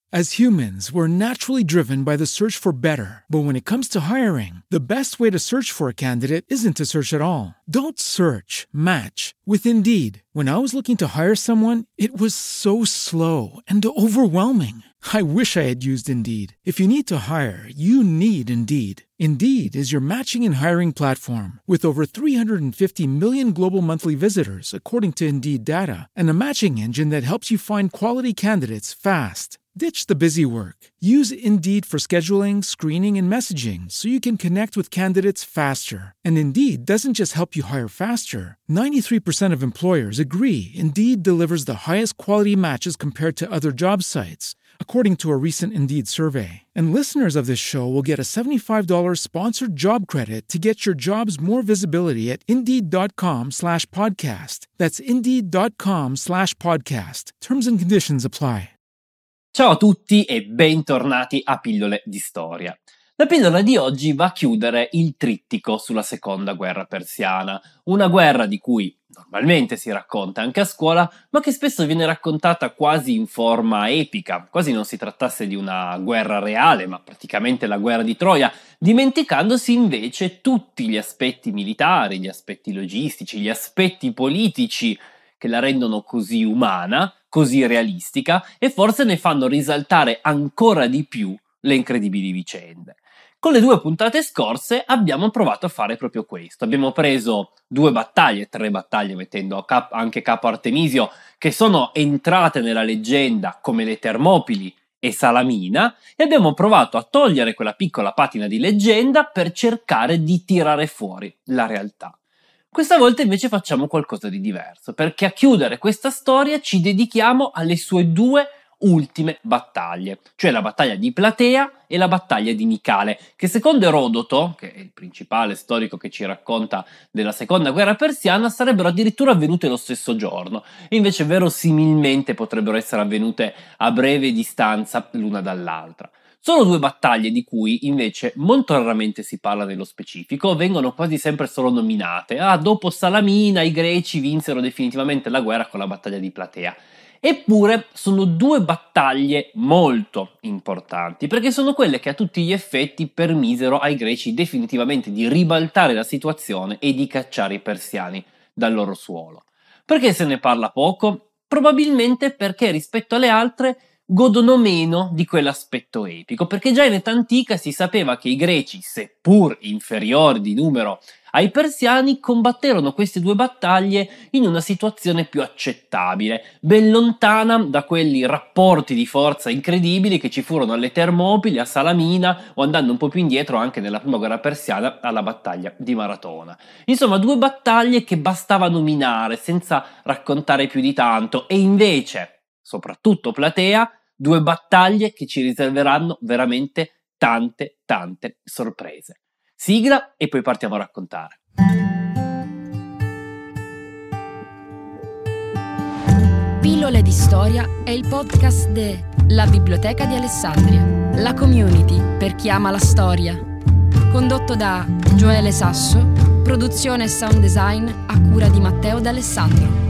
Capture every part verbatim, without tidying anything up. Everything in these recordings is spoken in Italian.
As humans, we're naturally driven by the search for better. But when it comes to hiring, the best way to search for a candidate isn't to search at all. Don't search, match with Indeed. When I was looking to hire someone, it was so slow and overwhelming. I wish I had used Indeed. If you need to hire, you need Indeed. Indeed is your matching and hiring platform with over three hundred fifty million global monthly visitors, according to Indeed data, and a matching engine that helps you find quality candidates fast. Ditch the busy work. Use Indeed for scheduling, screening, and messaging so you can connect with candidates faster. And Indeed doesn't just help you hire faster. ninety-three percent of employers agree Indeed delivers the highest quality matches compared to other job sites, according to a recent Indeed survey. And listeners of this show will get a seventy-five dollars sponsored job credit to get your jobs more visibility at Indeed.com slash podcast. That's Indeed.com slash podcast. Terms and conditions apply. Ciao a tutti e bentornati a Pillole di Storia. La pillola di oggi va a chiudere il trittico sulla seconda guerra persiana, una guerra di cui normalmente si racconta anche a scuola, ma che spesso viene raccontata quasi in forma epica, quasi non si trattasse di una guerra reale, ma praticamente la guerra di Troia, dimenticandosi invece tutti gli aspetti militari, gli aspetti logistici, gli aspetti politici che la rendono così umana, così realistica e forse ne fanno risaltare ancora di più le incredibili vicende. Con le due puntate scorse abbiamo provato a fare proprio questo. Abbiamo preso due battaglie, tre battaglie mettendo a cap- anche capo Artemisio, che sono entrate nella leggenda come le Termopili e Salamina, e abbiamo provato a togliere quella piccola patina di leggenda per cercare di tirare fuori la realtà. Questa volta invece facciamo qualcosa di diverso, perché a chiudere questa storia ci dedichiamo alle sue due ultime battaglie, cioè la battaglia di Platea e la battaglia di Nicale, che secondo Erodoto, che è il principale storico che ci racconta della seconda guerra persiana, sarebbero addirittura avvenute lo stesso giorno, e invece verosimilmente potrebbero essere avvenute a breve distanza l'una dall'altra. Sono due battaglie di cui invece molto raramente si parla nello specifico, vengono quasi sempre solo nominate. Ah, dopo Salamina i greci vinsero definitivamente la guerra con la battaglia di Platea. Eppure sono due battaglie molto importanti, perché sono quelle che a tutti gli effetti permisero ai greci definitivamente di ribaltare la situazione e di cacciare i persiani dal loro suolo. Perché se ne parla poco? Probabilmente perché rispetto alle altre godono meno di quell'aspetto epico, perché già in età antica si sapeva che i greci, seppur inferiori di numero ai persiani, combatterono queste due battaglie in una situazione più accettabile, ben lontana da quelli rapporti di forza incredibili che ci furono alle Termopili, a Salamina o andando un po' più indietro anche nella prima guerra persiana alla battaglia di Maratona. Insomma, due battaglie che bastava nominare senza raccontare più di tanto, e invece, soprattutto Platea, due battaglie che ci riserveranno veramente tante, tante sorprese. Sigla e poi partiamo a raccontare. Pillole di Storia è il podcast de La Biblioteca di Alessandria, la community per chi ama la storia. Condotto da Gioele Sasso, produzione e sound design a cura di Matteo D'Alessandro.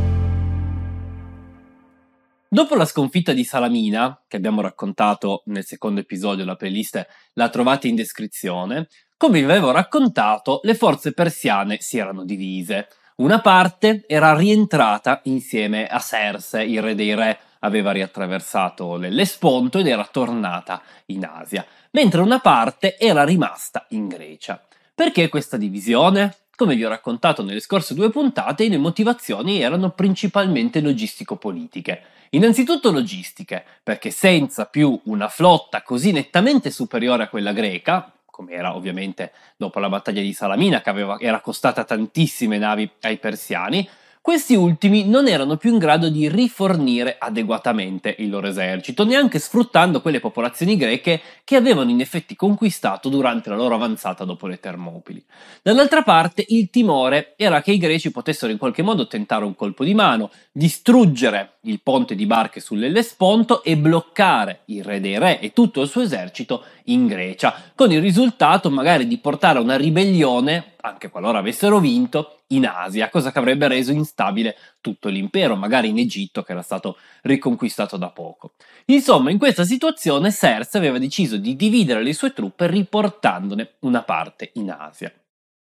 Dopo la sconfitta di Salamina, che abbiamo raccontato nel secondo episodio, la playlist la trovate in descrizione, come vi avevo raccontato, le forze persiane si erano divise. Una parte era rientrata insieme a Serse, il re dei re, aveva riattraversato l'Ellesponto ed era tornata in Asia, mentre una parte era rimasta in Grecia. Perché questa divisione? Come vi ho raccontato nelle scorse due puntate, le motivazioni erano principalmente logistico-politiche. Innanzitutto logistiche, perché senza più una flotta così nettamente superiore a quella greca, come era ovviamente dopo la battaglia di Salamina, che aveva, era costata tantissime navi ai persiani, questi ultimi non erano più in grado di rifornire adeguatamente il loro esercito, neanche sfruttando quelle popolazioni greche che avevano in effetti conquistato durante la loro avanzata dopo le Termopili. Dall'altra parte, il timore era che i greci potessero in qualche modo tentare un colpo di mano, distruggere il ponte di barche sull'Ellesponto e bloccare il re dei re e tutto il suo esercito in Grecia, con il risultato magari di portare a una ribellione, anche qualora avessero vinto, in Asia, cosa che avrebbe reso instabile tutto l'impero, magari in Egitto che era stato riconquistato da poco. Insomma, in questa situazione Serse aveva deciso di dividere le sue truppe riportandone una parte in Asia.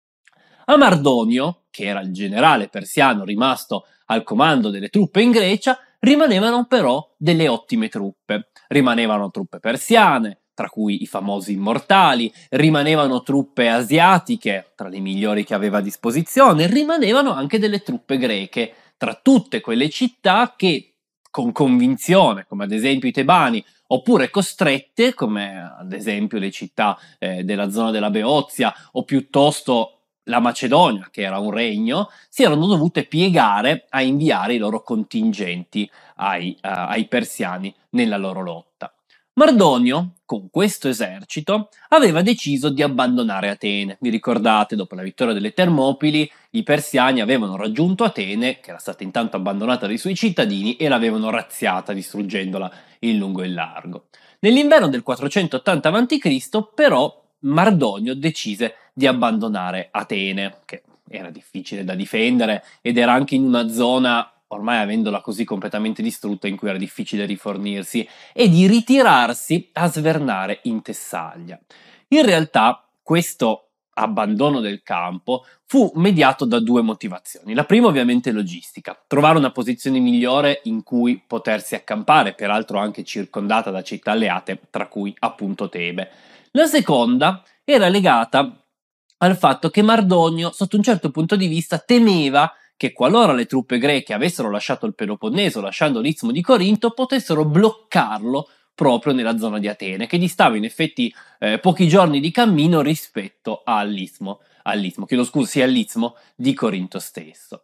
A Mardonio, che era il generale persiano rimasto al comando delle truppe in Grecia, rimanevano però delle ottime truppe. Rimanevano truppe persiane, tra cui i famosi immortali, rimanevano truppe asiatiche, tra le migliori che aveva a disposizione, rimanevano anche delle truppe greche, tra tutte quelle città che, con convinzione, come ad esempio i Tebani, oppure costrette, come ad esempio le città eh, della zona della Beozia, o piuttosto la Macedonia, che era un regno, si erano dovute piegare a inviare i loro contingenti ai, uh, ai persiani nella loro lotta. Mardonio, con questo esercito, aveva deciso di abbandonare Atene. Vi ricordate, dopo la vittoria delle Termopili, i persiani avevano raggiunto Atene, che era stata intanto abbandonata dai suoi cittadini, e l'avevano razziata, distruggendola in lungo e in largo. Nell'inverno del quattrocentottanta avanti Cristo, però, Mardonio decise di abbandonare Atene, che era difficile da difendere ed era anche in una zona, ormai avendola così completamente distrutta, in cui era difficile rifornirsi, e di ritirarsi a svernare in Tessaglia. In realtà questo abbandono del campo fu mediato da due motivazioni. La prima ovviamente logistica, trovare una posizione migliore in cui potersi accampare, peraltro anche circondata da città alleate, tra cui appunto Tebe. La seconda era legata al fatto che Mardonio, sotto un certo punto di vista, temeva che qualora le truppe greche avessero lasciato il Peloponneso, lasciando l'Istmo di Corinto, potessero bloccarlo proprio nella zona di Atene, che distava in effetti eh, pochi giorni di cammino rispetto all'Istmo, all'Istmo, chiedo scusa, sì, all'Istmo di Corinto stesso.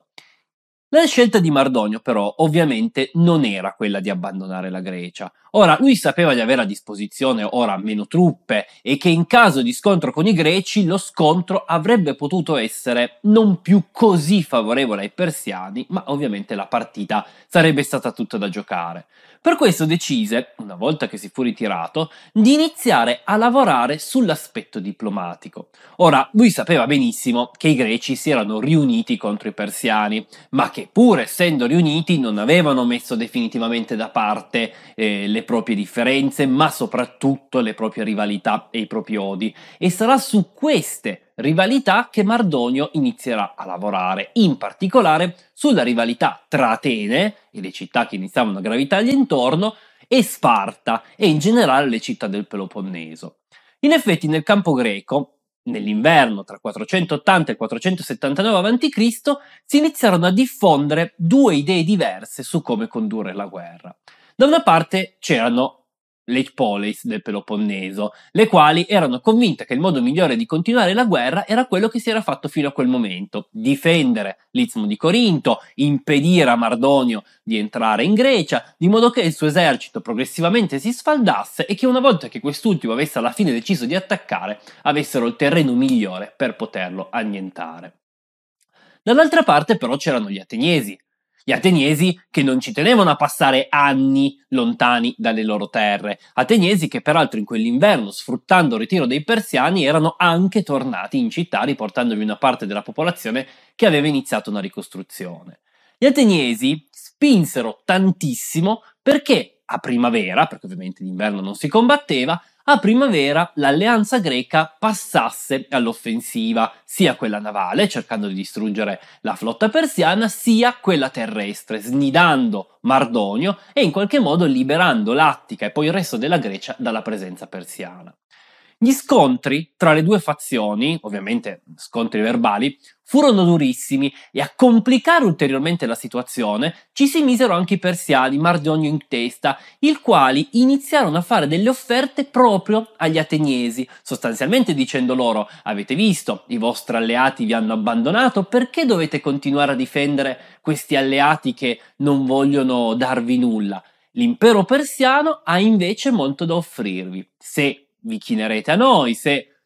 La scelta di Mardonio però ovviamente non era quella di abbandonare la Grecia. Ora, lui sapeva di avere a disposizione ora meno truppe e che in caso di scontro con i greci lo scontro avrebbe potuto essere non più così favorevole ai persiani, ma ovviamente la partita sarebbe stata tutta da giocare. Per questo decise, una volta che si fu ritirato, di iniziare a lavorare sull'aspetto diplomatico. Ora, lui sapeva benissimo che i greci si erano riuniti contro i persiani, ma che pur essendo riuniti non avevano messo definitivamente da parte eh, le proprie differenze, ma soprattutto le proprie rivalità e i propri odi. E sarà su queste rivalità che Mardonio inizierà a lavorare, in particolare sulla rivalità tra Atene e le città che iniziavano a gravitargli intorno e Sparta e in generale le città del Peloponneso. In effetti nel campo greco, nell'inverno tra quattrocentottanta e quattrocentosettantanove avanti Cristo, si iniziarono a diffondere due idee diverse su come condurre la guerra. Da una parte c'erano le polis del Peloponneso, le quali erano convinte che il modo migliore di continuare la guerra era quello che si era fatto fino a quel momento: difendere l'Istmo di Corinto, impedire a Mardonio di entrare in Grecia, di modo che il suo esercito progressivamente si sfaldasse e che una volta che quest'ultimo avesse alla fine deciso di attaccare, avessero il terreno migliore per poterlo annientare. Dall'altra parte però c'erano gli ateniesi, Gli ateniesi che non ci tenevano a passare anni lontani dalle loro terre, ateniesi che peraltro in quell'inverno, sfruttando il ritiro dei persiani, erano anche tornati in città riportandovi una parte della popolazione che aveva iniziato una ricostruzione. Gli ateniesi spinsero tantissimo perché a primavera, perché ovviamente d'inverno non si combatteva, a primavera l'alleanza greca passasse all'offensiva, sia quella navale, cercando di distruggere la flotta persiana, sia quella terrestre, snidando Mardonio e in qualche modo liberando l'Attica e poi il resto della Grecia dalla presenza persiana. Gli scontri tra le due fazioni, ovviamente scontri verbali, furono durissimi e a complicare ulteriormente la situazione ci si misero anche i persiani, Mardonio in testa, i quali iniziarono a fare delle offerte proprio agli ateniesi, sostanzialmente dicendo loro: avete visto, i vostri alleati vi hanno abbandonato, perché dovete continuare a difendere questi alleati che non vogliono darvi nulla? L'impero persiano ha invece molto da offrirvi. Se vi chinerete a noi, se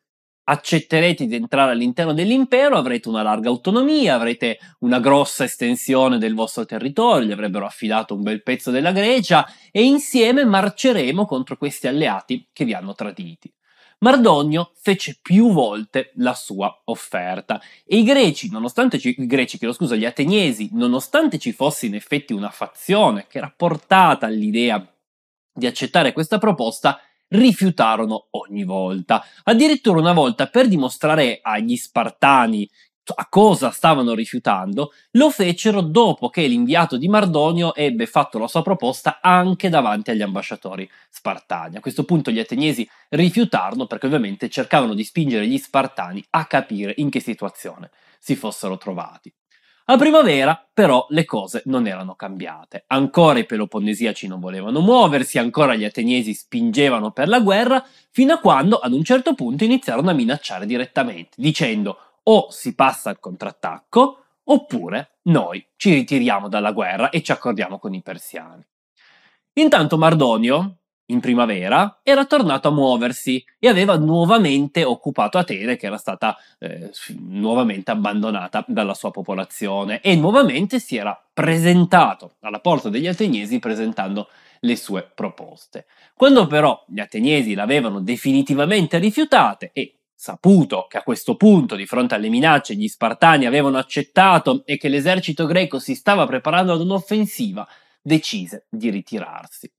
accetterete di entrare all'interno dell'impero, avrete una larga autonomia, avrete una grossa estensione del vostro territorio, gli avrebbero affidato un bel pezzo della Grecia e insieme marceremo contro questi alleati che vi hanno traditi. Mardonio fece più volte la sua offerta e i greci, nonostante ci, i greci, chiedo scusa, gli ateniesi, nonostante ci fosse in effetti una fazione che era portata all'idea di accettare questa proposta, rifiutarono ogni volta. Addirittura una volta, per dimostrare agli Spartani a cosa stavano rifiutando, lo fecero dopo che l'inviato di Mardonio ebbe fatto la sua proposta anche davanti agli ambasciatori spartani. A questo punto gli ateniesi rifiutarono perché ovviamente cercavano di spingere gli Spartani a capire in che situazione si fossero trovati. A primavera, però, le cose non erano cambiate. Ancora i peloponnesiaci non volevano muoversi, ancora gli ateniesi spingevano per la guerra, fino a quando ad un certo punto iniziarono a minacciare direttamente, dicendo o si passa al contrattacco, oppure noi ci ritiriamo dalla guerra e ci accordiamo con i persiani. Intanto Mardonio, in primavera, era tornato a muoversi e aveva nuovamente occupato Atene, che era stata eh, nuovamente abbandonata dalla sua popolazione, e nuovamente si era presentato alla porta degli ateniesi presentando le sue proposte. Quando però gli ateniesi l'avevano definitivamente rifiutate e saputo che a questo punto, di fronte alle minacce, gli Spartani avevano accettato e che l'esercito greco si stava preparando ad un'offensiva, decise di ritirarsi.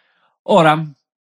Ora,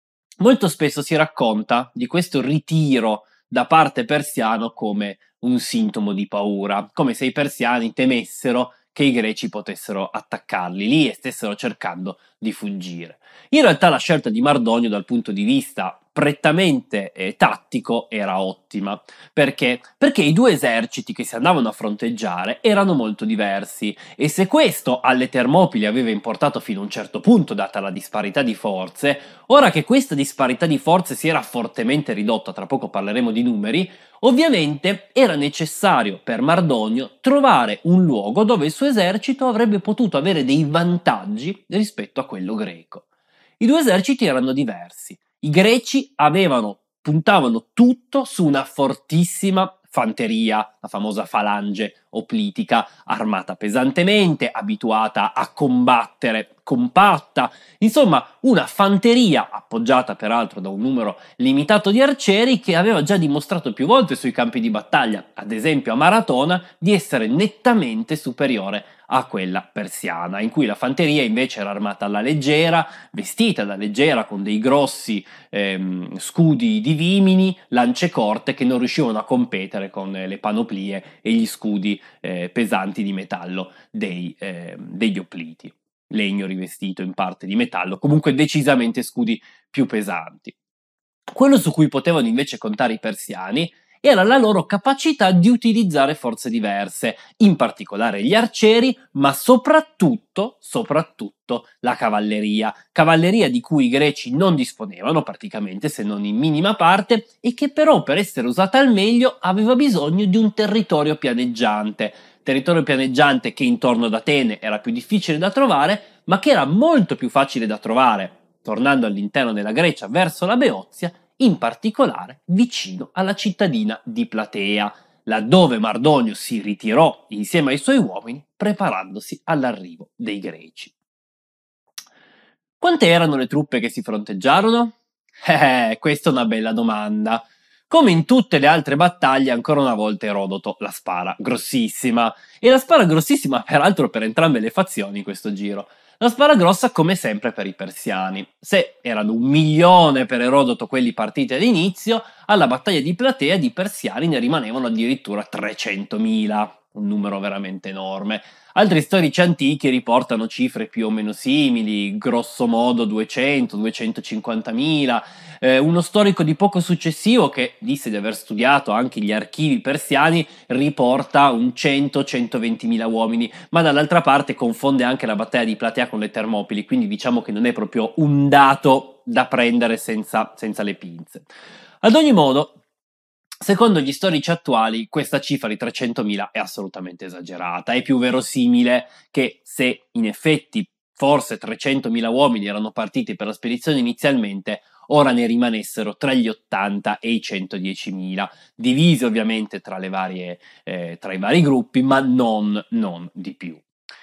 molto spesso si racconta di questo ritiro da parte persiano come un sintomo di paura, come se i persiani temessero che i greci potessero attaccarli lì e stessero cercando di fuggire. In realtà la scelta di Mardonio dal punto di vista prettamente eh, tattico era ottima. Perché? Perché i due eserciti che si andavano a fronteggiare erano molto diversi e se questo alle Termopili aveva importato fino a un certo punto, data la disparità di forze, ora che questa disparità di forze si era fortemente ridotta, tra poco parleremo di numeri, ovviamente era necessario per Mardonio trovare un luogo dove il suo esercito avrebbe potuto avere dei vantaggi rispetto a quello greco. I due eserciti erano diversi. I greci avevano, puntavano tutto su una fortissima fanteria, la famosa falange oplitica, armata pesantemente, abituata a combattere, compatta, insomma una fanteria appoggiata peraltro da un numero limitato di arcieri che aveva già dimostrato più volte sui campi di battaglia, ad esempio a Maratona, di essere nettamente superiore a quella persiana, in cui la fanteria invece era armata alla leggera, vestita alla leggera con dei grossi ehm, scudi di vimini, lance corte che non riuscivano a competere con le panoplie e gli scudi eh, pesanti di metallo dei, eh, degli opliti, legno rivestito in parte di metallo, comunque decisamente scudi più pesanti. Quello su cui potevano invece contare i persiani era la loro capacità di utilizzare forze diverse, in particolare gli arcieri, ma soprattutto, soprattutto la cavalleria, cavalleria di cui i greci non disponevano praticamente se non in minima parte e che però per essere usata al meglio aveva bisogno di un territorio pianeggiante, territorio pianeggiante che intorno ad Atene era più difficile da trovare, ma che era molto più facile da trovare, tornando all'interno della Grecia verso la Beozia, in particolare vicino alla cittadina di Platea, laddove Mardonio si ritirò insieme ai suoi uomini preparandosi all'arrivo dei greci. Quante erano le truppe che si fronteggiarono? Eh, questa è una bella domanda. Come in tutte le altre battaglie, ancora una volta Erodoto la spara grossissima, e la spara grossissima peraltro per entrambe le fazioni in questo giro. La spara grossa come sempre per i persiani. Se erano un milione per Erodoto quelli partiti all'inizio, alla battaglia di Platea di persiani ne rimanevano addirittura trecentomila, un numero veramente enorme. Altri storici antichi riportano cifre più o meno simili, grosso modo duecento duecentocinquantamila. Eh, uno storico di poco successivo, che disse di aver studiato anche gli archivi persiani, riporta un cento centoventimila uomini, ma dall'altra parte confonde anche la battaglia di Platea con le Termopili, quindi diciamo che non è proprio un dato da prendere senza, senza le pinze. Ad ogni modo, secondo gli storici attuali, questa cifra di trecentomila è assolutamente esagerata. È più verosimile che se in effetti forse trecentomila uomini erano partiti per la spedizione inizialmente, ora ne rimanessero tra gli ottanta e i centodiecimila, divisi ovviamente tra, le varie, eh, tra i vari gruppi, ma non, non di più.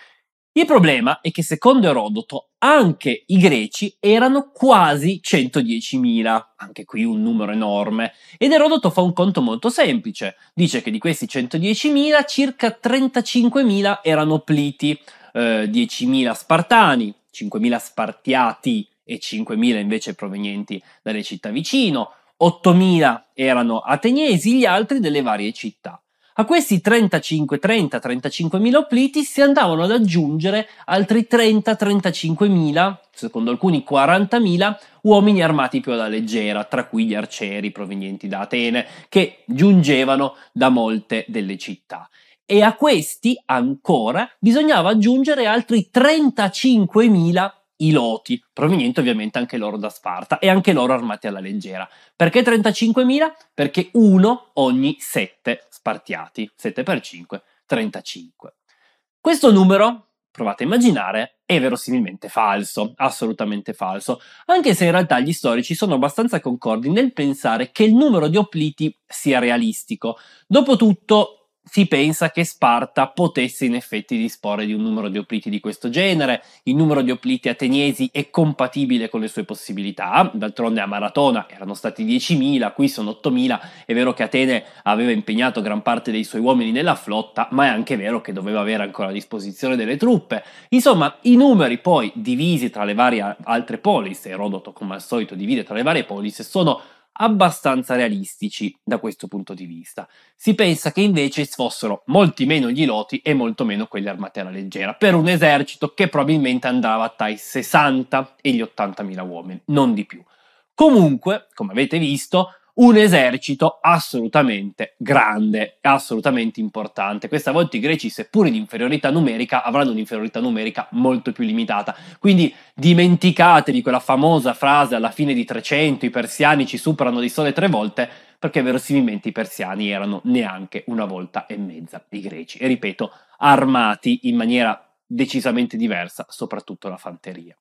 Il problema è che secondo Erodoto anche i greci erano quasi centodiecimila, anche qui un numero enorme, ed Erodoto fa un conto molto semplice, dice che di questi centodiecimila circa trentacinquemila erano pliti, eh, diecimila spartani, cinquemila spartiati e cinquemila invece provenienti dalle città vicino, ottomila erano ateniesi, gli altri delle varie città. A questi trentacinque, trenta, trentacinquemila opliti si andavano ad aggiungere altri trenta trentacinquemila, secondo alcuni quarantamila, uomini armati più alla leggera, tra cui gli arcieri provenienti da Atene, che giungevano da molte delle città. E a questi ancora bisognava aggiungere altri trentacinquemila iloti, provenienti ovviamente anche loro da Sparta e anche loro armati alla leggera. Perché trentacinquemila? Perché uno ogni sette spartiati, sette per cinque, trentacinque. Questo numero, provate a immaginare, è verosimilmente falso, assolutamente falso, anche se in realtà gli storici sono abbastanza concordi nel pensare che il numero di opliti sia realistico. Dopotutto, si pensa che Sparta potesse in effetti disporre di un numero di opliti di questo genere. Il numero di opliti ateniesi è compatibile con le sue possibilità, d'altronde a Maratona erano stati diecimila, qui sono ottomila. È vero che Atene aveva impegnato gran parte dei suoi uomini nella flotta, ma è anche vero che doveva avere ancora a disposizione delle truppe. Insomma, i numeri poi divisi tra le varie altre polis, Erodoto come al solito divide tra le varie polis, sono abbastanza realistici da questo punto di vista. Si pensa che invece fossero molti meno gli iloti e molto meno quelli armati alla leggera, per un esercito che probabilmente andava tra i sessanta e gli ottantamila uomini, non di più. Comunque, come avete visto, un esercito assolutamente grande, assolutamente importante. Questa volta i greci, seppur in inferiorità numerica, avranno un'inferiorità numerica molto più limitata. Quindi dimenticatevi quella famosa frase alla fine di trecento, i persiani ci superano di sole tre volte, perché verosimilmente i persiani erano neanche una volta e mezza i greci. E ripeto, armati in maniera decisamente diversa, soprattutto la fanteria.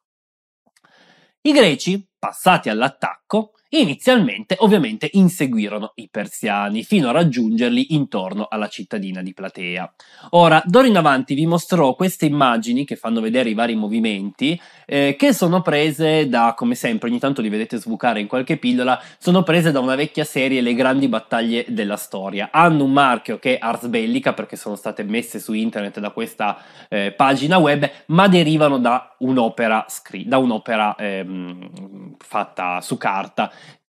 I greci, passati all'attacco, inizialmente ovviamente inseguirono i persiani fino a raggiungerli intorno alla cittadina di Platea. Ora, d'ora in avanti vi mostrerò queste immagini che fanno vedere i vari movimenti, eh, che sono prese da, come sempre, ogni tanto li vedete sbucare in qualche pillola, sono prese da una vecchia serie, Le grandi battaglie della storia. Hanno un marchio che è Ars Bellica, perché sono state messe su internet da questa eh, pagina web, ma derivano da un'opera scritta, da un'opera ehm, fatta su carta.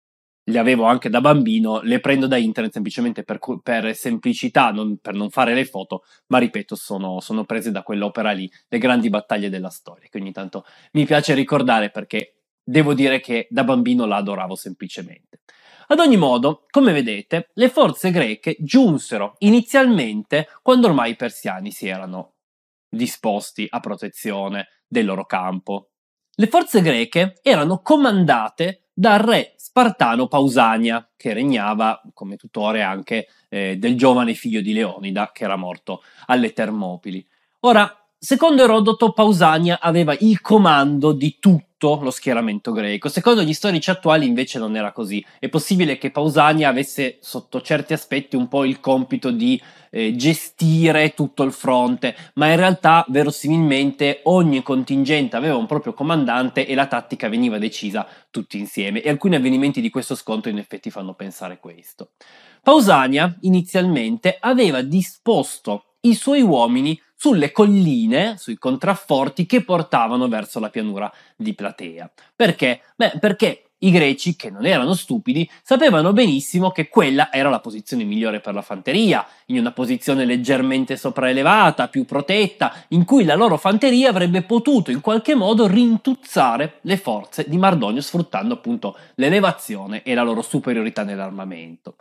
Le avevo anche da bambino, le prendo da internet semplicemente per, per semplicità, non, per non fare le foto, ma ripeto, sono, sono prese da quell'opera lì, Le grandi battaglie della storia, che ogni tanto mi piace ricordare perché devo dire che da bambino la adoravo semplicemente. Ad ogni modo, come vedete, le forze greche giunsero inizialmente quando ormai i persiani si erano disposti a protezione del loro campo. Le forze greche erano comandate dal re spartano Pausania, che regnava, come tutore, anche eh, del giovane figlio di Leonida, che era morto alle Termopili. Ora, secondo Erodoto, Pausania aveva il comando di tutto lo schieramento greco. Secondo gli storici attuali invece non era così. È possibile che Pausania avesse sotto certi aspetti un po' il compito di eh, gestire tutto il fronte, ma in realtà verosimilmente ogni contingente aveva un proprio comandante e la tattica veniva decisa tutti insieme, e alcuni avvenimenti di questo scontro in effetti fanno pensare questo. Pausania inizialmente aveva disposto i suoi uomini sulle colline, sui contrafforti che portavano verso la pianura di Platea. Perché? Beh, perché i greci, che non erano stupidi, sapevano benissimo che quella era la posizione migliore per la fanteria, in una posizione leggermente sopraelevata, più protetta, in cui la loro fanteria avrebbe potuto in qualche modo rintuzzare le forze di Mardonio, sfruttando appunto l'elevazione e la loro superiorità nell'armamento.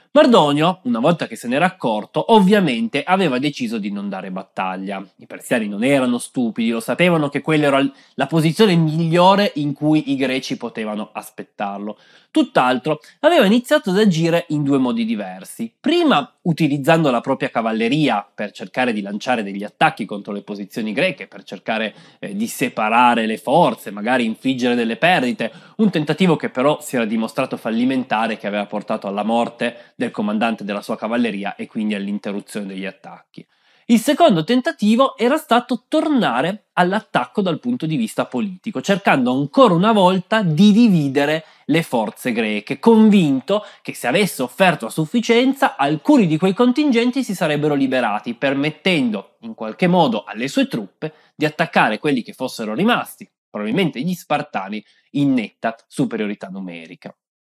Mardonio, una volta che se n'era accorto, ovviamente aveva deciso di non dare battaglia. I persiani non erano stupidi, lo sapevano che quella era la posizione migliore in cui i greci potevano aspettarlo. Tutt'altro, aveva iniziato ad agire in due modi diversi. Prima utilizzando la propria cavalleria per cercare di lanciare degli attacchi contro le posizioni greche, per cercare eh, di separare le forze, magari infliggere delle perdite, un tentativo che però si era dimostrato fallimentare, che aveva portato alla morte del comandante della sua cavalleria e quindi all'interruzione degli attacchi. Il secondo tentativo era stato tornare all'attacco dal punto di vista politico, cercando ancora una volta di dividere le forze greche, convinto che se avesse offerto a sufficienza alcuni di quei contingenti si sarebbero liberati, permettendo in qualche modo alle sue truppe di attaccare quelli che fossero rimasti, probabilmente gli Spartani, in netta superiorità numerica.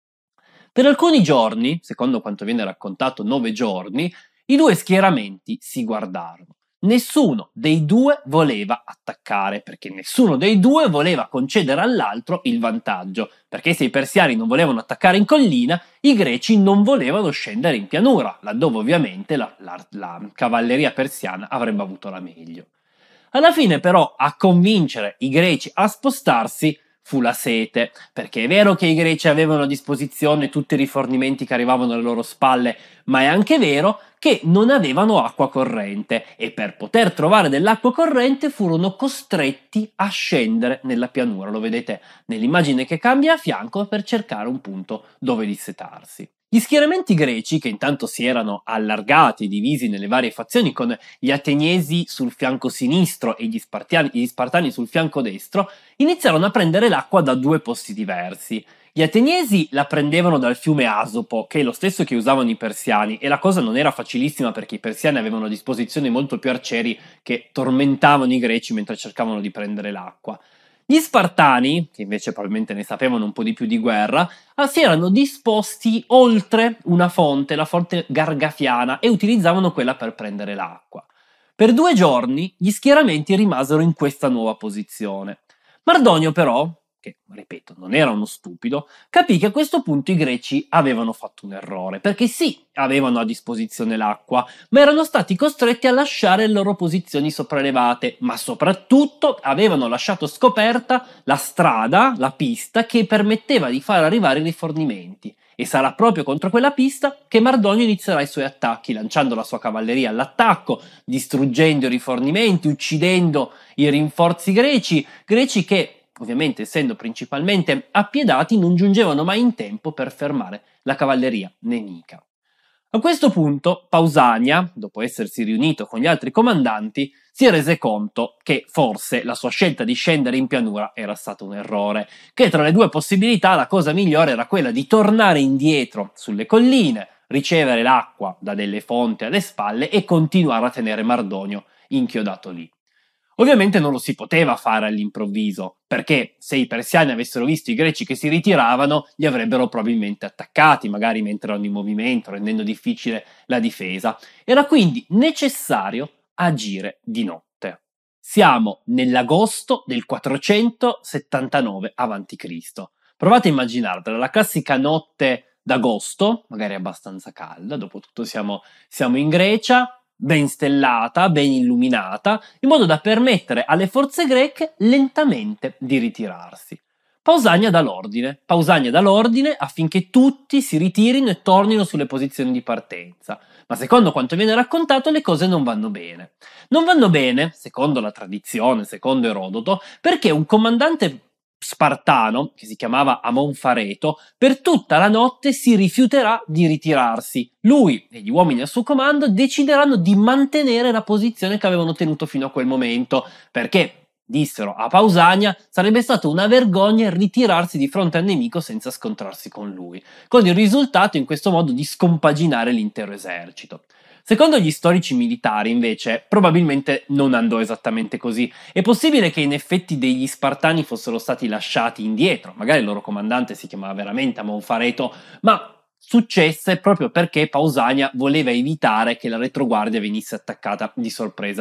Per alcuni giorni, secondo quanto viene raccontato nove giorni, i due schieramenti si guardarono. Nessuno dei due voleva attaccare, perché nessuno dei due voleva concedere all'altro il vantaggio, perché se i persiani non volevano attaccare in collina, i greci non volevano scendere in pianura, laddove ovviamente la, la, la cavalleria persiana avrebbe avuto la meglio. Alla fine però a convincere i greci a spostarsi fu la sete, perché è vero che i greci avevano a disposizione tutti i rifornimenti che arrivavano alle loro spalle, ma è anche vero che non avevano acqua corrente e per poter trovare dell'acqua corrente furono costretti a scendere nella pianura, lo vedete nell'immagine che cambia a fianco, per cercare un punto dove dissetarsi. Gli schieramenti greci, che intanto si erano allargati, divisi nelle varie fazioni, con gli ateniesi sul fianco sinistro e gli spartani, gli spartani sul fianco destro, iniziarono a prendere l'acqua da due posti diversi. Gli ateniesi la prendevano dal fiume Asopo, che è lo stesso che usavano i persiani, e la cosa non era facilissima perché i persiani avevano a disposizione molto più arcieri che tormentavano i greci mentre cercavano di prendere l'acqua. Gli Spartani, che invece probabilmente ne sapevano un po' di più di guerra, si erano disposti oltre una fonte, la fonte Gargafiana, e utilizzavano quella per prendere l'acqua. Per due giorni gli schieramenti rimasero in questa nuova posizione. Mardonio però, che, ripeto, non era uno stupido, capì che a questo punto i greci avevano fatto un errore, perché sì, avevano a disposizione l'acqua, ma erano stati costretti a lasciare le loro posizioni sopraelevate, ma soprattutto avevano lasciato scoperta la strada, la pista, che permetteva di far arrivare i rifornimenti. E sarà proprio contro quella pista che Mardonio inizierà i suoi attacchi, lanciando la sua cavalleria all'attacco, distruggendo i rifornimenti, uccidendo i rinforzi greci, greci che, ovviamente essendo principalmente appiedati, non giungevano mai in tempo per fermare la cavalleria nemica. A questo punto Pausania, dopo essersi riunito con gli altri comandanti, si rese conto che forse la sua scelta di scendere in pianura era stato un errore, che tra le due possibilità la cosa migliore era quella di tornare indietro sulle colline, ricevere l'acqua da delle fonti alle spalle e continuare a tenere Mardonio inchiodato lì. Ovviamente non lo si poteva fare all'improvviso, perché se i persiani avessero visto i greci che si ritiravano, li avrebbero probabilmente attaccati, magari mentre erano in movimento, rendendo difficile la difesa. Era quindi necessario agire di notte. Siamo nell'agosto del quattrocentosettantanove avanti Cristo Provate a immaginarvela, la classica notte d'agosto, magari abbastanza calda, dopotutto siamo, siamo in Grecia, ben stellata, ben illuminata, in modo da permettere alle forze greche lentamente di ritirarsi. Pausania dà l'ordine, Pausania dà l'ordine affinché tutti si ritirino e tornino sulle posizioni di partenza. Ma secondo quanto viene raccontato le cose non vanno bene. Non vanno bene, secondo la tradizione, secondo Erodoto, perché un comandante spartano, che si chiamava Amonfareto, per tutta la notte si rifiuterà di ritirarsi. Lui e gli uomini al suo comando decideranno di mantenere la posizione che avevano tenuto fino a quel momento, perché, dissero a Pausania, sarebbe stata una vergogna ritirarsi di fronte al nemico senza scontrarsi con lui, con il risultato in questo modo di scompaginare l'intero esercito. Secondo gli storici militari, invece, probabilmente non andò esattamente così. È possibile che in effetti degli Spartani fossero stati lasciati indietro, magari il loro comandante si chiamava veramente Amonfareto, ma successe proprio perché Pausania voleva evitare che la retroguardia venisse attaccata di sorpresa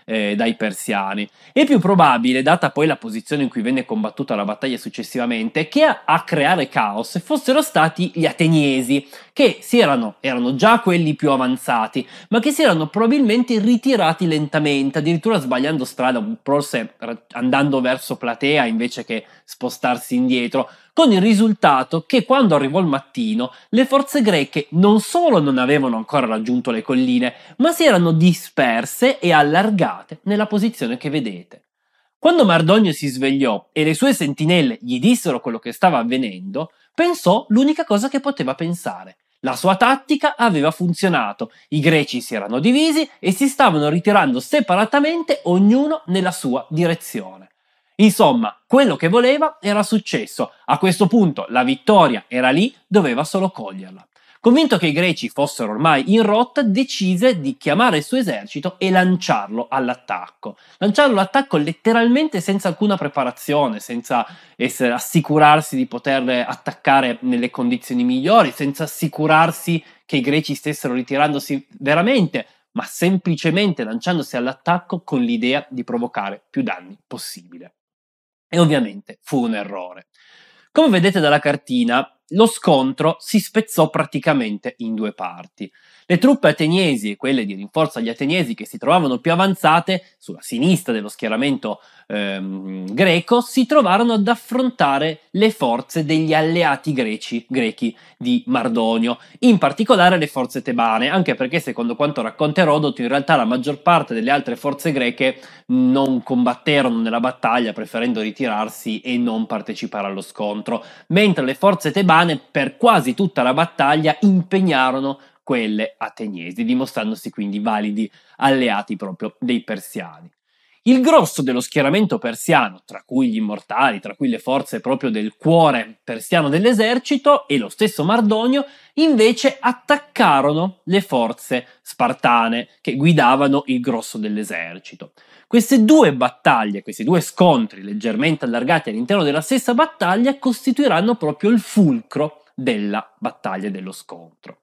eh, dai persiani. È più probabile, data poi la posizione in cui venne combattuta la battaglia successivamente, che a, a creare caos fossero stati gli ateniesi, che si erano, erano già quelli più avanzati, ma che si erano probabilmente ritirati lentamente, addirittura sbagliando strada, forse andando verso Platea invece che spostarsi indietro, con il risultato che quando arrivò il mattino le forze greche non solo non avevano ancora raggiunto le colline, ma si erano disperse e allargate nella posizione che vedete. Quando Mardonio si svegliò e le sue sentinelle gli dissero quello che stava avvenendo, pensò l'unica cosa che poteva pensare. La sua tattica aveva funzionato, i greci si erano divisi e si stavano ritirando separatamente, ognuno nella sua direzione. Insomma, quello che voleva era successo. A questo punto la vittoria era lì, doveva solo coglierla. Convinto che i greci fossero ormai in rotta, decise di chiamare il suo esercito e lanciarlo all'attacco. Lanciarlo all'attacco letteralmente senza alcuna preparazione, senza essere, assicurarsi di poter attaccare nelle condizioni migliori, senza assicurarsi che i greci stessero ritirandosi veramente, ma semplicemente lanciandosi all'attacco con l'idea di provocare più danni possibile. E ovviamente fu un errore. Come vedete dalla cartina, lo scontro si spezzò praticamente in due parti. Le truppe ateniesi e quelle di rinforzo agli ateniesi che si trovavano più avanzate, sulla sinistra dello schieramento ehm, greco, si trovarono ad affrontare le forze degli alleati greci, grechi di Mardonio, in particolare le forze tebane, anche perché secondo quanto racconta Erodoto in realtà la maggior parte delle altre forze greche non combatterono nella battaglia, preferendo ritirarsi e non partecipare allo scontro, mentre le forze tebane per quasi tutta la battaglia impegnarono quelle ateniesi, dimostrandosi quindi validi alleati proprio dei persiani. Il grosso dello schieramento persiano, tra cui gli immortali, tra cui le forze proprio del cuore persiano dell'esercito e lo stesso Mardonio, invece attaccarono le forze spartane che guidavano il grosso dell'esercito. Queste due battaglie, questi due scontri leggermente allargati all'interno della stessa battaglia costituiranno proprio il fulcro della battaglia dello scontro.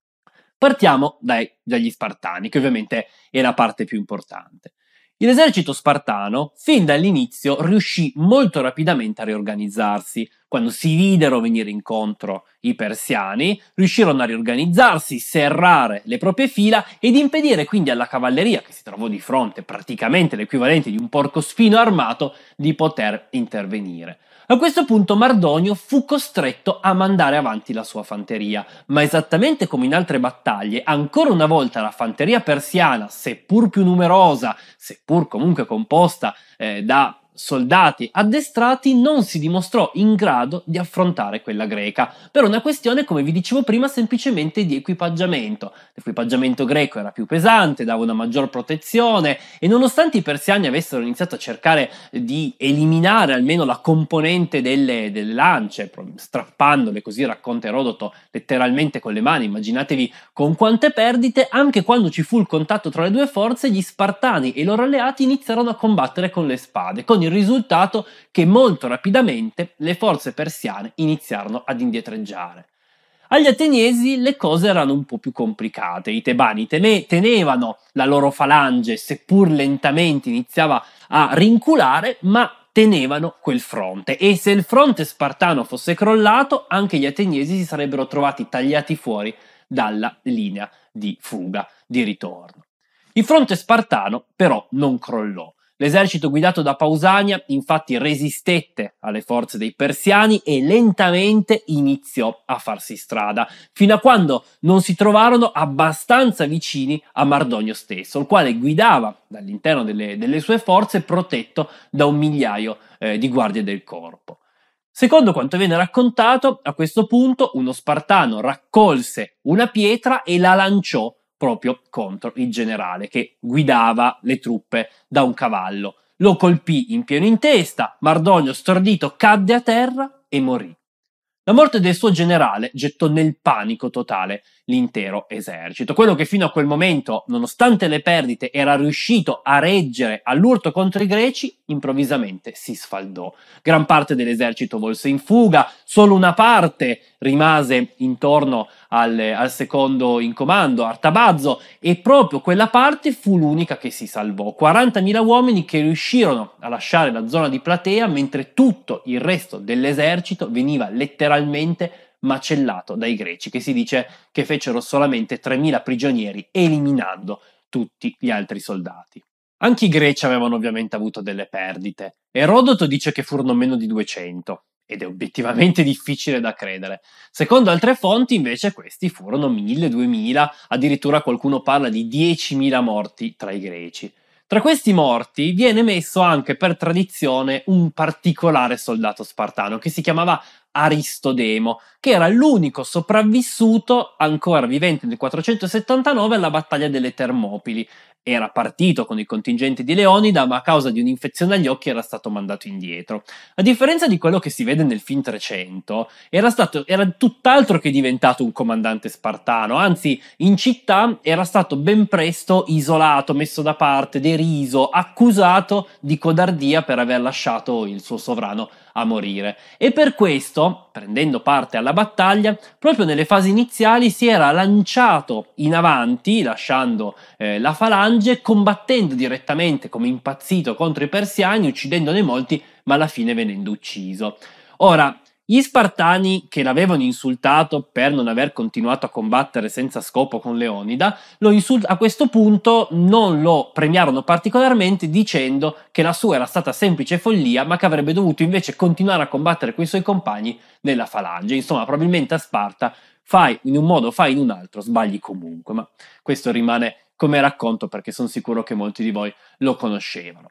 Partiamo dai, dagli Spartani, che ovviamente è la parte più importante. L'esercito spartano, fin dall'inizio, riuscì molto rapidamente a riorganizzarsi. Quando si videro venire incontro i persiani, riuscirono a riorganizzarsi, serrare le proprie fila ed impedire quindi alla cavalleria, che si trovò di fronte praticamente l'equivalente di un porcospino armato, di poter intervenire. A questo punto Mardonio fu costretto a mandare avanti la sua fanteria, ma esattamente come in altre battaglie, ancora una volta la fanteria persiana, seppur più numerosa, seppur comunque composta eh, da soldati addestrati, non si dimostrò in grado di affrontare quella greca, per una questione, come vi dicevo prima, semplicemente di equipaggiamento. L'equipaggiamento greco era più pesante, dava una maggior protezione e nonostante i persiani avessero iniziato a cercare di eliminare almeno la componente delle, delle lance, strappandole, così racconta Erodoto, letteralmente con le mani, immaginatevi con quante perdite, anche quando ci fu il contatto tra le due forze, gli Spartani e i loro alleati iniziarono a combattere con le spade, con il risultato che molto rapidamente le forze persiane iniziarono ad indietreggiare. Agli ateniesi le cose erano un po' più complicate. I tebani tene- tenevano la loro falange, seppur lentamente iniziava a rinculare, ma tenevano quel fronte, e se il fronte spartano fosse crollato, anche gli ateniesi si sarebbero trovati tagliati fuori dalla linea di fuga, di ritorno. Il fronte spartano però non crollò. L'esercito guidato da Pausania infatti resistette alle forze dei persiani e lentamente iniziò a farsi strada, fino a quando non si trovarono abbastanza vicini a Mardonio stesso, il quale guidava dall'interno delle, delle sue forze protetto da un migliaio eh, di guardie del corpo. Secondo quanto viene raccontato, a questo punto uno spartano raccolse una pietra e la lanciò proprio contro il generale che guidava le truppe da un cavallo. Lo colpì in pieno in testa, Mardonio stordito cadde a terra e morì. La morte del suo generale gettò nel panico totale l'intero esercito. Quello che fino a quel momento, nonostante le perdite, era riuscito a reggere all'urto contro i greci, improvvisamente si sfaldò. Gran parte dell'esercito volse in fuga, solo una parte rimase intorno al, al secondo in comando, Artabazzo, e proprio quella parte fu l'unica che si salvò. quarantamila uomini che riuscirono a lasciare la zona di Platea, mentre tutto il resto dell'esercito veniva letteralmente macellato dai greci, che si dice che fecero solamente tremila prigionieri, eliminando tutti gli altri soldati. Anche i greci avevano ovviamente avuto delle perdite. Erodoto dice che furono meno di duecento, ed è obiettivamente difficile da credere. Secondo altre fonti, invece, questi furono mille, duemila, addirittura qualcuno parla di diecimila morti tra i greci. Tra questi morti viene messo anche per tradizione un particolare soldato spartano che si chiamava Aristodemo, che era l'unico sopravvissuto ancora vivente nel quattrocentosettantanove alla battaglia delle Termopili. Era partito con i contingenti di Leonida, ma a causa di un'infezione agli occhi era stato mandato indietro. A differenza di quello che si vede nel film trecento, era stato era tutt'altro che diventato un comandante spartano, anzi in città era stato ben presto isolato, messo da parte, deriso, accusato di codardia per aver lasciato il suo sovrano a morire. E per questo, prendendo parte alla battaglia, proprio nelle fasi iniziali si era lanciato in avanti, lasciando eh, la falange, combattendo direttamente come impazzito contro i persiani, uccidendone molti, ma alla fine venendo ucciso. Ora, gli Spartani, che l'avevano insultato per non aver continuato a combattere senza scopo con Leonida, lo insult- a questo punto non lo premiarono particolarmente, dicendo che la sua era stata semplice follia, ma che avrebbe dovuto invece continuare a combattere con i suoi compagni nella falange. Insomma, probabilmente a Sparta fai in un modo, fai in un altro, sbagli comunque, ma questo rimane come racconto perché sono sicuro che molti di voi lo conoscevano.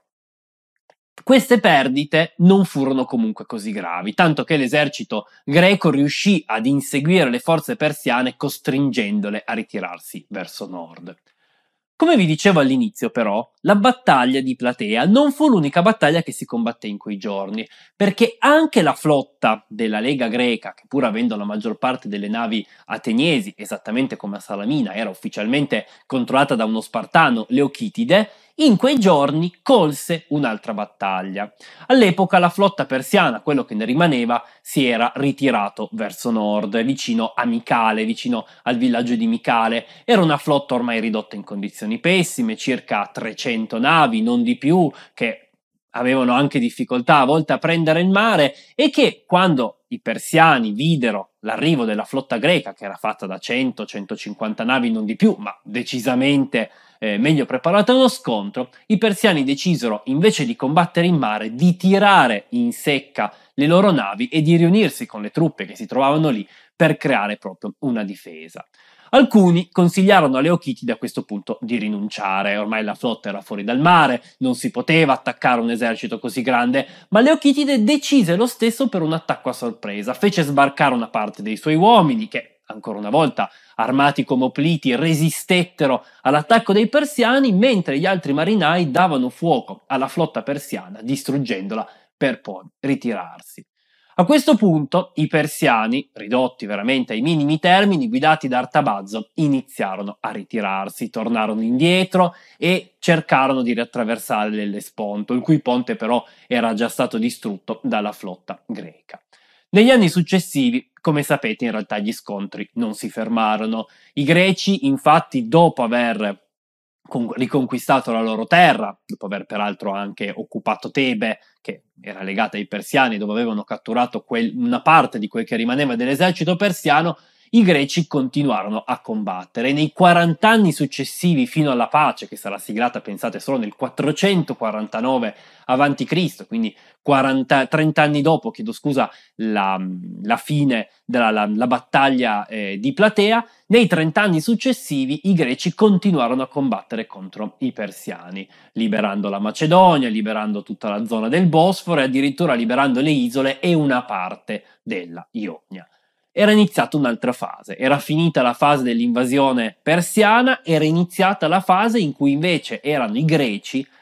Queste perdite non furono comunque così gravi, tanto che l'esercito greco riuscì ad inseguire le forze persiane costringendole a ritirarsi verso nord. Come vi dicevo all'inizio, però, la battaglia di Platea non fu l'unica battaglia che si combatté in quei giorni, perché anche la flotta della Lega greca, che pur avendo la maggior parte delle navi ateniesi, esattamente come a Salamina, era ufficialmente controllata da uno spartano, Leochitide, in quei giorni colse un'altra battaglia. All'epoca la flotta persiana, quello che ne rimaneva, si era ritirato verso nord, vicino a Micale, vicino al villaggio di Micale. Era una flotta ormai ridotta in condizioni pessime, circa trecento navi, non di più, che avevano anche difficoltà a volte a prendere il mare e che, quando i persiani videro l'arrivo della flotta greca, che era fatta da cento centocinquanta navi, non di più, ma decisamente eh, meglio preparata a uno scontro, i persiani decisero, invece di combattere in mare, di tirare in secca le loro navi e di riunirsi con le truppe che si trovavano lì per creare proprio una difesa. Alcuni consigliarono a Leochitide a questo punto di rinunciare, ormai la flotta era fuori dal mare, non si poteva attaccare un esercito così grande, ma Leochitide decise lo stesso per un attacco a sorpresa, fece sbarcare una parte dei suoi uomini che, ancora una volta, armati come opliti, resistettero all'attacco dei persiani, mentre gli altri marinai davano fuoco alla flotta persiana, distruggendola per poi ritirarsi. A questo punto i persiani, ridotti veramente ai minimi termini, guidati da Artabazzo, iniziarono a ritirarsi, tornarono indietro e cercarono di attraversare l'Ellesponto, il cui ponte però era già stato distrutto dalla flotta greca. Negli anni successivi, come sapete, in realtà gli scontri non si fermarono. I greci, infatti, dopo aver riconquistato la loro terra, dopo aver peraltro anche occupato Tebe, che era legata ai persiani, dove avevano catturato quel, una parte di quel che rimaneva dell'esercito persiano, i greci continuarono a combattere. Nei quaranta anni successivi fino alla pace, che sarà siglata, pensate, solo nel quattrocentoquarantanove avanti Cristo, quindi quaranta, trenta anni dopo, chiedo scusa, la, la fine della la, la battaglia eh, di Platea, nei trenta anni successivi i greci continuarono a combattere contro i persiani, liberando la Macedonia, liberando tutta la zona del Bosforo e addirittura liberando le isole e una parte della Ionia. Era iniziata un'altra fase, era finita la fase dell'invasione persiana, era iniziata la fase in cui invece erano i greci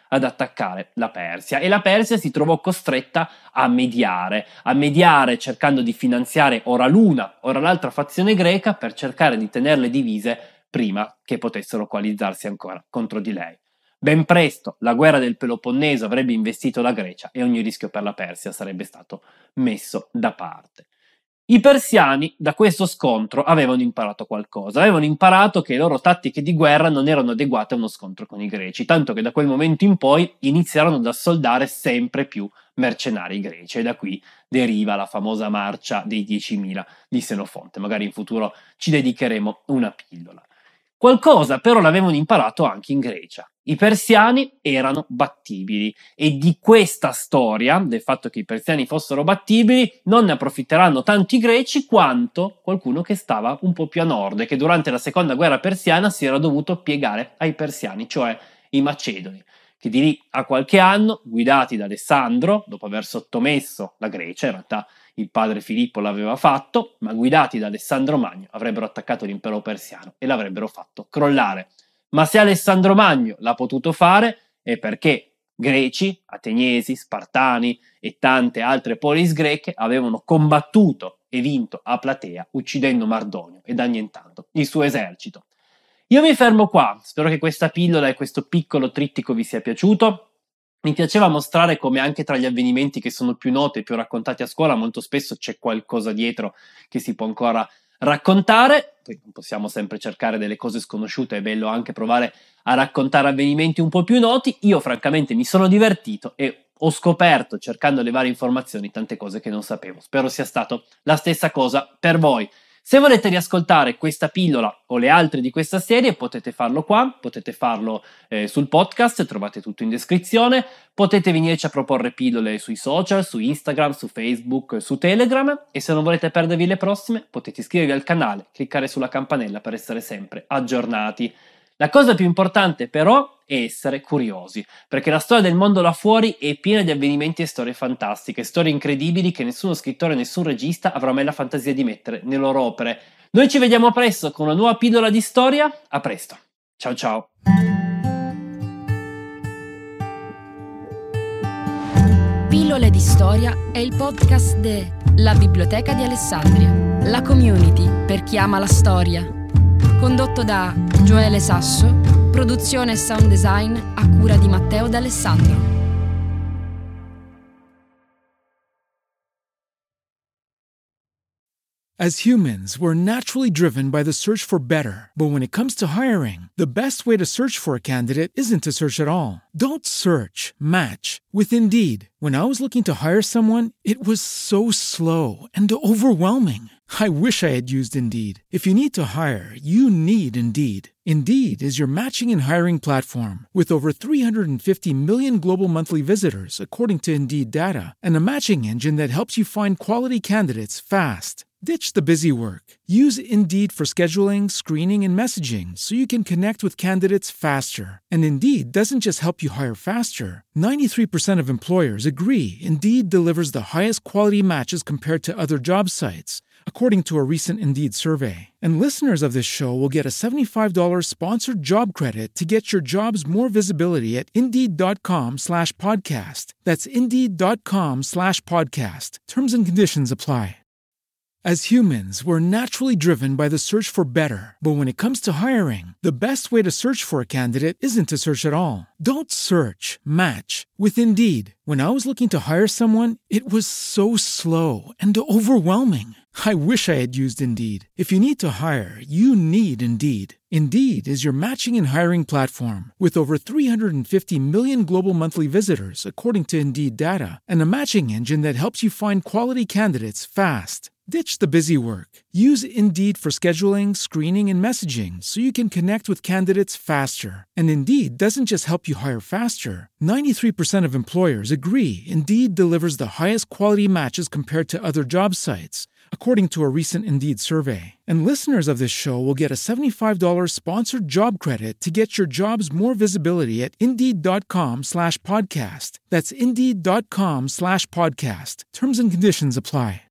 ad attaccare la Persia e la Persia si trovò costretta a mediare, a mediare cercando di finanziare ora l'una, ora l'altra fazione greca per cercare di tenerle divise prima che potessero coalizzarsi ancora contro di lei. Ben presto la guerra del Peloponneso avrebbe investito la Grecia e ogni rischio per la Persia sarebbe stato messo da parte. I persiani da questo scontro avevano imparato qualcosa, avevano imparato che le loro tattiche di guerra non erano adeguate a uno scontro con i greci, tanto che da quel momento in poi iniziarono ad assoldare sempre più mercenari greci e da qui deriva la famosa marcia dei diecimila di Senofonte. Magari in futuro ci dedicheremo una pillola. Qualcosa però l'avevano imparato anche in Grecia. I persiani erano battibili e di questa storia, del fatto che i persiani fossero battibili, non ne approfitteranno tanto i greci quanto qualcuno che stava un po' più a nord e che durante la seconda guerra persiana si era dovuto piegare ai persiani, cioè i macedoni, che di lì a qualche anno, guidati da Alessandro, dopo aver sottomesso la Grecia, in realtà il padre Filippo l'aveva fatto, ma guidati da Alessandro Magno avrebbero attaccato l'impero persiano e l'avrebbero fatto crollare. Ma se Alessandro Magno l'ha potuto fare è perché greci, ateniesi, spartani e tante altre polis greche avevano combattuto e vinto a Platea uccidendo Mardonio ed annientando il suo esercito. Io mi fermo qua, spero che questa pillola e questo piccolo trittico vi sia piaciuto. Mi piaceva mostrare come anche tra gli avvenimenti che sono più noti e più raccontati a scuola molto spesso c'è qualcosa dietro che si può ancora raccontare. Poi non possiamo sempre cercare delle cose sconosciute, è bello anche provare a raccontare avvenimenti un po' più noti. Io francamente mi sono divertito e ho scoperto, cercando le varie informazioni, tante cose che non sapevo. Spero sia stato la stessa cosa per voi. Se volete riascoltare questa pillola o le altre di questa serie potete farlo qua, potete farlo eh, sul podcast, trovate tutto in descrizione, potete venirci a proporre pillole sui social, su Instagram, su Facebook, su Telegram e se non volete perdervi le prossime potete iscrivervi al canale, cliccare sulla campanella per essere sempre aggiornati. La cosa più importante però è essere curiosi, perché la storia del mondo là fuori è piena di avvenimenti e storie fantastiche, storie incredibili che nessuno scrittore, nessun regista avrà mai la fantasia di mettere nelle loro opere. Noi ci vediamo presto con una nuova pillola di storia, a presto, ciao ciao! Pillole di storia è il podcast de La Biblioteca di Alessandria, la community per chi ama la storia. Condotto da Gioele Sasso, produzione e sound design a cura di Matteo D'Alessandro. As humans, we're naturally driven by the search for better. But when it comes to hiring, the best way to search for a candidate isn't to search at all. Don't search, match with Indeed. When I was looking to hire someone, it was so slow and overwhelming. I wish I had used Indeed. If you need to hire, you need Indeed. Indeed is your matching and hiring platform with over three hundred fifty million global monthly visitors, according to Indeed data, and a matching engine that helps you find quality candidates fast. Ditch the busy work. Use Indeed for scheduling, screening, and messaging so you can connect with candidates faster. And Indeed doesn't just help you hire faster. ninety-three percent of employers agree Indeed delivers the highest quality matches compared to other job sites, according to a recent Indeed survey. And listeners of this show will get a seventy-five dollars sponsored job credit to get your jobs more visibility at Indeed.com slash podcast. That's Indeed.com slash podcast. Terms and conditions apply. As humans, we're naturally driven by the search for better. But when it comes to hiring, the best way to search for a candidate isn't to search at all. Don't search, match with Indeed. When I was looking to hire someone, it was so slow and overwhelming. I wish I had used Indeed. If you need to hire, you need Indeed. Indeed is your matching and hiring platform with over three hundred fifty million global monthly visitors, according to Indeed data, and a matching engine that helps you find quality candidates fast. Ditch the busy work. Use Indeed for scheduling, screening, and messaging so you can connect with candidates faster. And Indeed doesn't just help you hire faster. ninety-three percent of employers agree Indeed delivers the highest quality matches compared to other job sites, according to a recent Indeed survey. And listeners of this show will get a seventy-five dollars sponsored job credit to get your jobs more visibility at Indeed.com slash podcast. That's Indeed.com slash podcast. Terms and conditions apply.